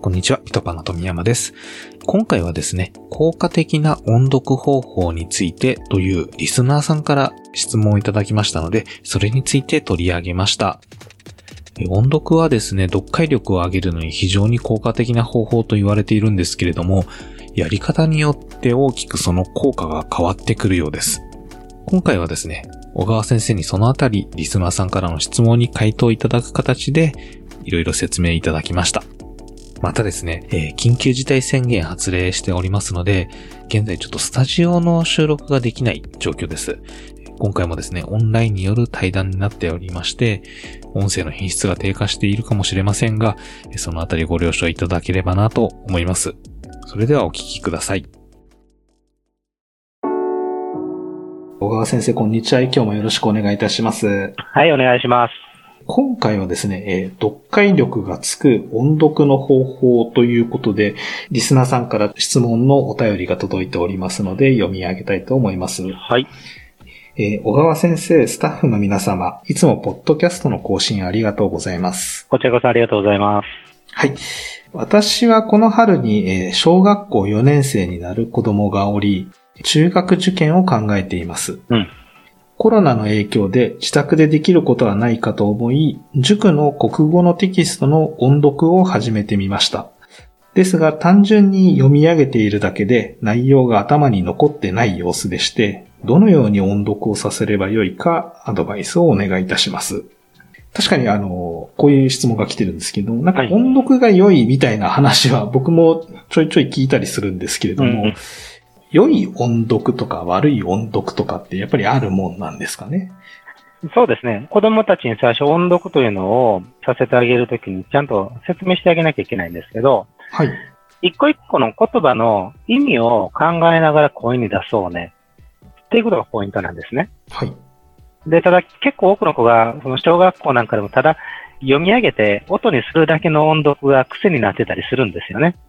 こんにちは、ピトパの富山です。今回はですね、効果的な音読方法についてというリスナーさんから質問をいただきましたので、それについて取り上げました。音読はですね、読解力を上げるのに非常に効果的な方法と言われているんですけれども、やり方によって大きくその効果が変わってくるようです。今回はですね、小川先生にそのあたりリスナーさんからの質問に回答いただく形でいろいろ説明いただきました。またですね、緊急事態宣言発令しておりますので、現在ちょっとスタジオの収録ができない状況です。今回もですね、オンラインによる対談になっておりまして、音声の品質が低下しているかもしれませんが、そのあたりご了承いただければなと思います。それではお聞きください。小川先生、こんにちは。今日もよろしくお願いいたします。 はい、お願いします。 今回はですね、読解力がつく音読の方法ということで、リスナーさんから質問のお便りが届いておりますので、読み上げたいと思います。 はい。 小川先生、スタッフの皆様、いつもポッドキャストの更新ありがとうございます。 こちらこそありがとうございます。 はい。私はこの春に小学校4年生になる子供がおり、中学受験を考えています。コロナの影響で自宅でできることはないかと思い、塾の国語のテキストの音読を始めてみました。ですが単純に読み上げているだけで内容が頭に残ってない様子でして、どのように音読をさせればよいかアドバイスをお願いいたします。確かにこういう質問が来てるんですけど、なんか音読が良いみたいな話は僕もちょいちょい聞いたりするんですけれども、良い音読とか悪い音読とかってやっぱりあるもんなんですかね。 そうですね。子供たちに最初音読というのをさせてあげるときにちゃんと説明してあげなきゃいけないんですけど、 はい。 一個一個の言葉の意味を考えながら声に出そうね。っていうことがポイントなんですね。 はい。 で、ただ結構多くの子が、その小学校なんかでもただ読み上げて音にするだけの音読が癖になってたりするんですよね。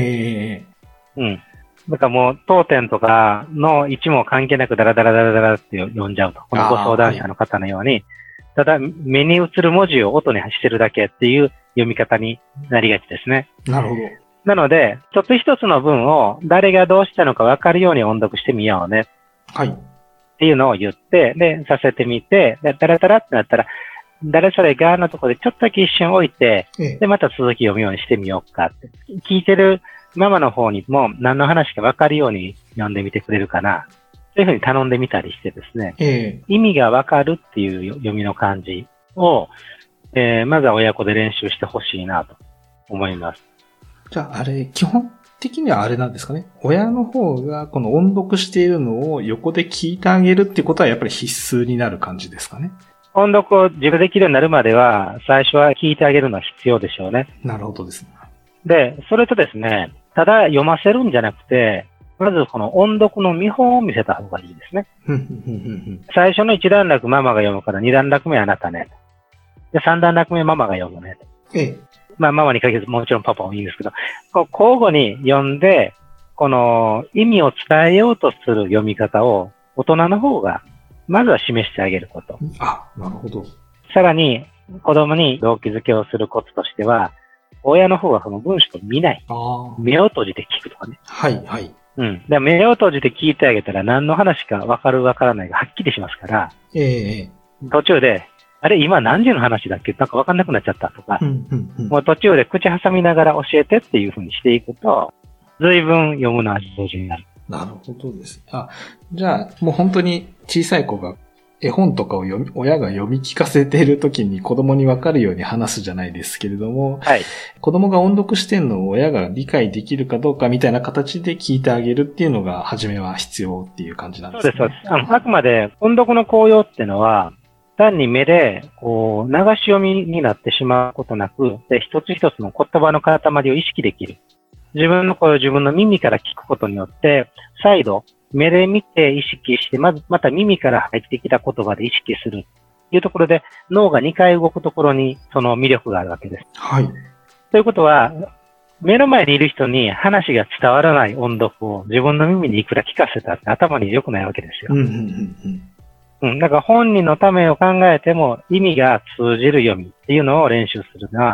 だからもう当店とかの位置も関係なくダラダラダラダラって読んじゃうと。このご相談者の方のように、ただ目に映る文字を音にしてるだけっていう読み方になりがちですね。 なるほど。 なので、一つ一つの文を誰がどうしたのか分かるように音読してみようね。 はい。 っていうのを言って、で、させてみて、で、ダラダラってなったら、誰それがのところでちょっとだけ一瞬置いて、で、また続き読むようにしてみようかって。聞いてるママの方にも何の話か分かるように読んでみてくれるかな。そういうふうに頼んでみたりしてですね、意味が分かるっていう読みの感じを、まずは親子で練習してほしいなと思います。 じゃあ、あれ、基本的にはあれなんですかね。親の方がこの音読しているのを横で聞いてあげるってことはやっぱり必須になる感じですかね。 音読を自分できるようになるまでは、最初は聞いてあげるのは必要でしょうね。 なるほどですね。 で、それとですね、ただ読ませるんじゃなくて、まずこの音読の見本を見せた方がいいですね。最初の一段落ママが読むから二段落目あなたね。で、三段落目ママが読むね。まあママに限らずもちろんパパもいいんですけど、こう交互に読んで、この意味を伝えようとする読み方を大人の方がまずは示してあげること。 あ、なるほど。 さらに子供に動機づけをするコツとしては、親の方はその文章を見ない。目を閉じて聞くとかね。 はい、はい。 で目を閉じて聞いてあげたら何の話か分かる分からないがはっきりしますから、途中で、あれ今何時の話だっけなんか分かんなくなっちゃったとか、もう途中で口挟みながら教えてっていう風にしていくと、随分読むのは上手になる。 なるほどです。じゃあ、もう本当に小さい子が絵本とかを親が読み聞かせているときに子供にわかるように話すじゃないですけれども、子供が音読してんのを親が理解できるかどうかみたいな形で聞いてあげるっていうのが初めは必要っていう感じなんですね。 そうです、そうです。あくまで音読の効用っていうのは、単に目でこう流し読みになってしまうことなく、で一つ一つの言葉の塊を意識できる。自分の声を自分の耳から聞くことによって、再度、目で見て意識して、また耳から入ってきた言葉で意識するというところで、脳が2回動くところにその魅力があるわけです。 はい。 ということは、目の前にいる人に話が伝わらない音読を自分の耳にいくら聞かせたって頭に良くないわけですよ。だから本人のためを考えても意味が通じる読みっていうのを練習するのは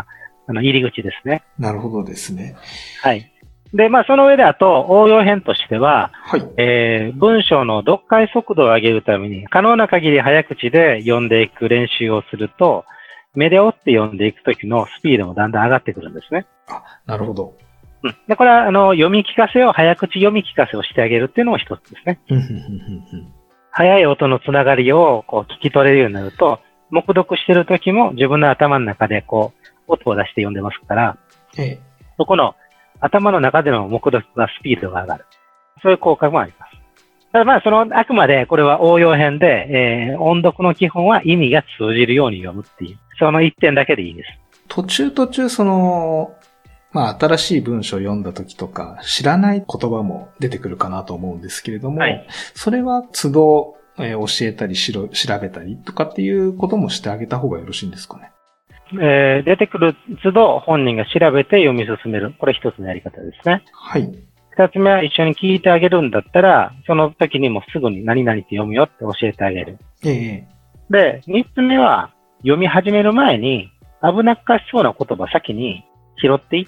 入り口ですね。 なるほどですね。 はい。で、その上であと、応用編としては、 はい。 文章の読解速度を上げるために、可能な限り早口で読んでいく練習をすると、目で追って読んでいくときのスピードもだんだん上がってくるんですね。 なるほど。 で、これは、読み聞かせを、早口読み聞かせをしてあげるっていうのも一つですね。早い音のつながりを聞き取れるようになると、黙読してるときも自分の頭の中で音を出して読んでますから、そこの頭の中での黙読がスピードが上がる。そういう効果もあります。ただあくまでこれは応用編で、音読の基本は意味が通じるように読むっていう、その一点だけでいいです。 途中新しい文章を読んだ時とか、知らない言葉も出てくるかなと思うんですけれども、それは都度、教えたり調べたりとかっていうこともしてあげた方がよろしいんですかね。 出てくる都度本人が調べて読み進める。これ一つのやり方ですね。 はい。 二つ目は一緒に聞いてあげるんだったら、その時にもすぐに何々って読むよって教えてあげる。で、三つ目は読み始める前に危なっかしそうな言葉先に拾っていって、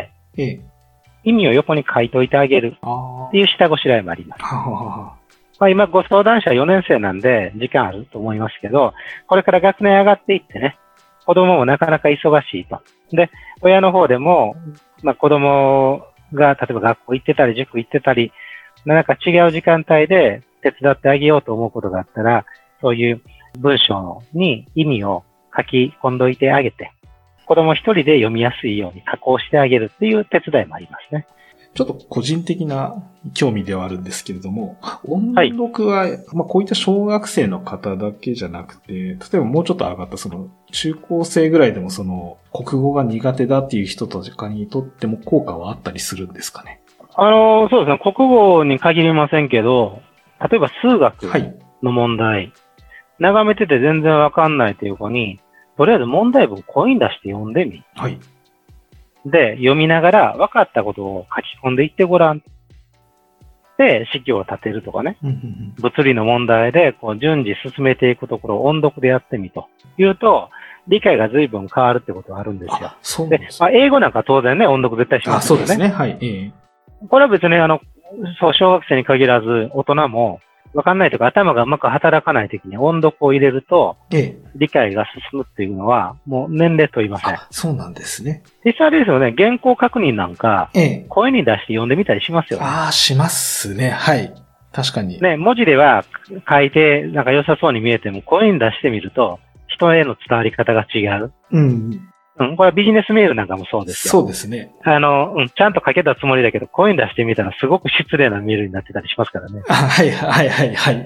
意味を横に書いといてあげるっていう下ごしらえもあります。今ご相談者4年生なんで時間あると思いますけど、これから学年上がっていってね、子供もなかなか忙しいと。で、親の方でも、子供が例えば学校行ってたり塾行ってたり、なんか違う時間帯で手伝ってあげようと思うことがあったら、そういう文章に意味を書き込んどいてあげて、子供一人で読みやすいように加工してあげるっていう手伝いもありますね。 ちょっと個人的な興味ではあるんですけれども、音読は、こういった小学生の方だけじゃなくて、例えばもうちょっと上がった中高生ぐらいでも国語が苦手だっていう人とかにとっても効果はあったりするんですかね。 そうですね。国語に限りませんけど、例えば数学の問題、眺めてて全然わかんないという子に、とりあえず問題文声に出して読んでみ。で、読みながら分かったことを書き込んでいってごらん。で、式を立てるとかね。物理の問題で順次進めていくところを音読でやってみというと、理解が随分変わるってことがあるんですよ。 そうです。英語なんか当然ね、音読絶対しますよね。 そうですね。はい。 これは別に小学生に限らず大人もわかんないとか頭がうまく働かないときに音読を入れると、理解が進むっていうのはもう年齢問いません。 そうなんですね。 実際ですよね、原稿確認なんか、声に出して読んでみたりしますよね。 しますね。はい。確かに。 ね、文字では書いてなんか良さそうに見えても声に出してみると人への伝わり方が違う。これはビジネスメールなんかもそうですよ。 そうですね。 ちゃんと書けたつもりだけど、声に出してみたらすごく失礼なメールになってたりしますからね。 はい。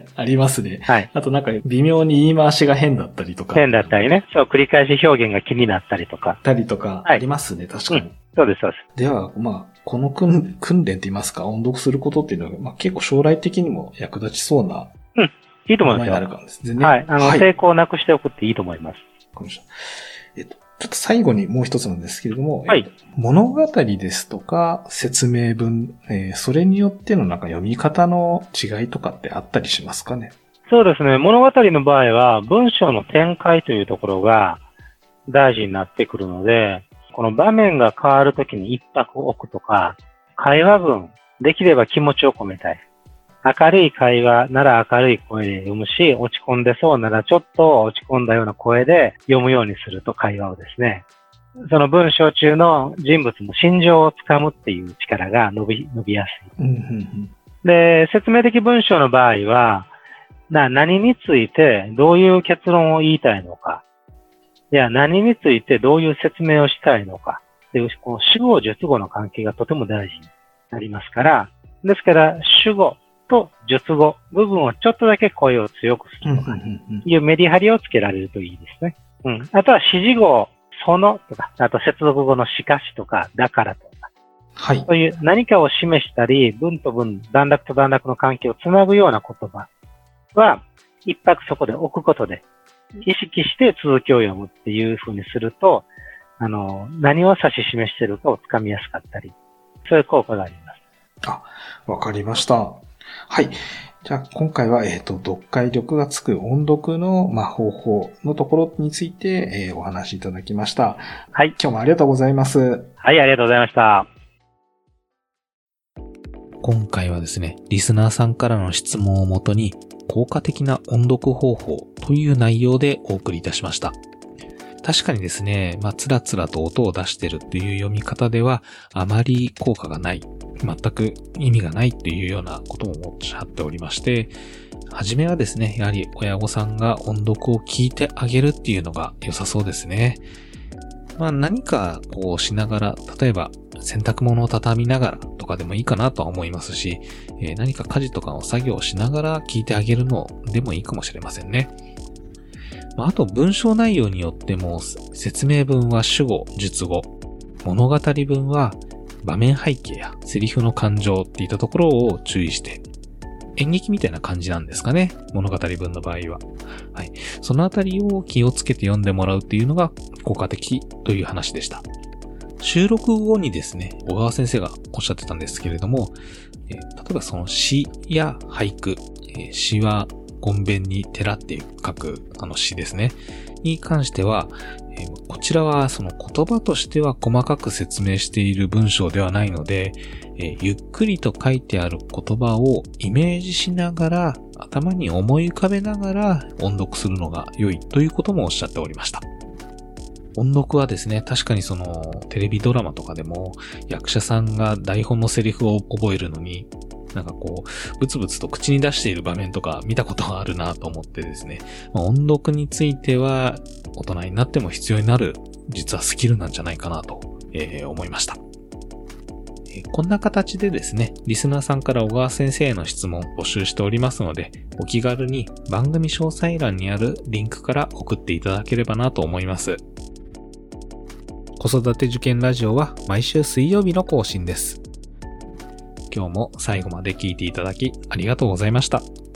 ありますね。はい。あとなんか微妙に言い回しが変だったりとか。 変だったりね。そう、繰り返し表現が気になったりとか。 ありますね、確かに。 そうです。 では、この訓練と言いますか、音読することっていうのは、結構将来的にも役立ちそうな。 いいと思いますよ。 なるかですね。 はい。抵抗をなくしておくっていいと思います。 ちょっと最後にもう一つなんですけれども、物語ですとか説明文、それによってのなんか読み方の違いとかってあったりしますかね？ そうですね。物語の場合は文章の展開というところが大事になってくるので、この場面が変わるときに一拍置くとか、会話文、できれば気持ちを込めたい。明るい会話なら明るい声で読むし、落ち込んでそうならちょっと落ち込んだような声で読むようにすると会話をですね、その文章中の人物の心情をつかむっていう力が伸びやすい。で、説明的文章の場合は、何についてどういう結論を言いたいのか、何についてどういう説明をしたいのか、でこの主語述語の関係がとても大事になりますから、ですから主語と述語部分をちょっとだけ声を強くするとかいうメリハリをつけられるといいですね。あとは指示語、そのとか、あと接続語のしかしとか、だからとか。そういう何かを示したり、文と文、段落と段落の関係をつなぐような言葉は、一拍そこで置くことで、意識して続きを読むっていう風にすると、何を指し示しているかをつかみやすかったり、そういう効果があります。 わかりました。はい。 じゃあ今回は、読解力がつく音読の、方法のところについて、お話しいただきました。 はい。 今日もありがとうございます。 はい、ありがとうございました。 今回はですね、リスナーさんからの質問をもとに、効果的な音読方法という内容でお送りいたしました。確かにですね、つらつらと音を出してるっていう読み方では、あまり効果がない、全く意味がないっていうようなこともおっしゃっておりまして、初めはですね、やはり親御さんが音読を聞いてあげるっていうのが良さそうですね。何かこうしながら、例えば洗濯物を畳みながらとかでもいいかなとは思いますし、何か家事とかの作業をしながら聞いてあげるのでもいいかもしれませんね。あと文章内容によっても説明文は主語、述語、物語文は場面背景やセリフの感情っていったところを注意して、演劇みたいな感じなんですかね、物語文の場合は。はい。そのあたりを気をつけて読んでもらうっていうのが効果的という話でした。収録後にですね、小川先生がおっしゃってたんですけれども、例えばその詩や俳句、詩は言弁に寺って書く詩ですね。に関しては、こちらはその言葉としては細かく説明している文章ではないので、ゆっくりと書いてある言葉をイメージしながら、頭に思い浮かべながら音読するのが良いということもおっしゃっておりました。音読はですね、確かにそのテレビドラマとかでも役者さんが台本のセリフを覚えるのに、なんかこう、ブツブツと口に出している場面とか見たことがあるなと思ってですね、音読については大人になっても必要になる、実はスキルなんじゃないかなと、思いました。こんな形でですね、リスナーさんから小川先生への質問を募集しておりますので、お気軽に番組詳細欄にあるリンクから送っていただければなと思います。子育て受験ラジオは毎週水曜日の更新です。今日も最後まで聞いていただきありがとうございました。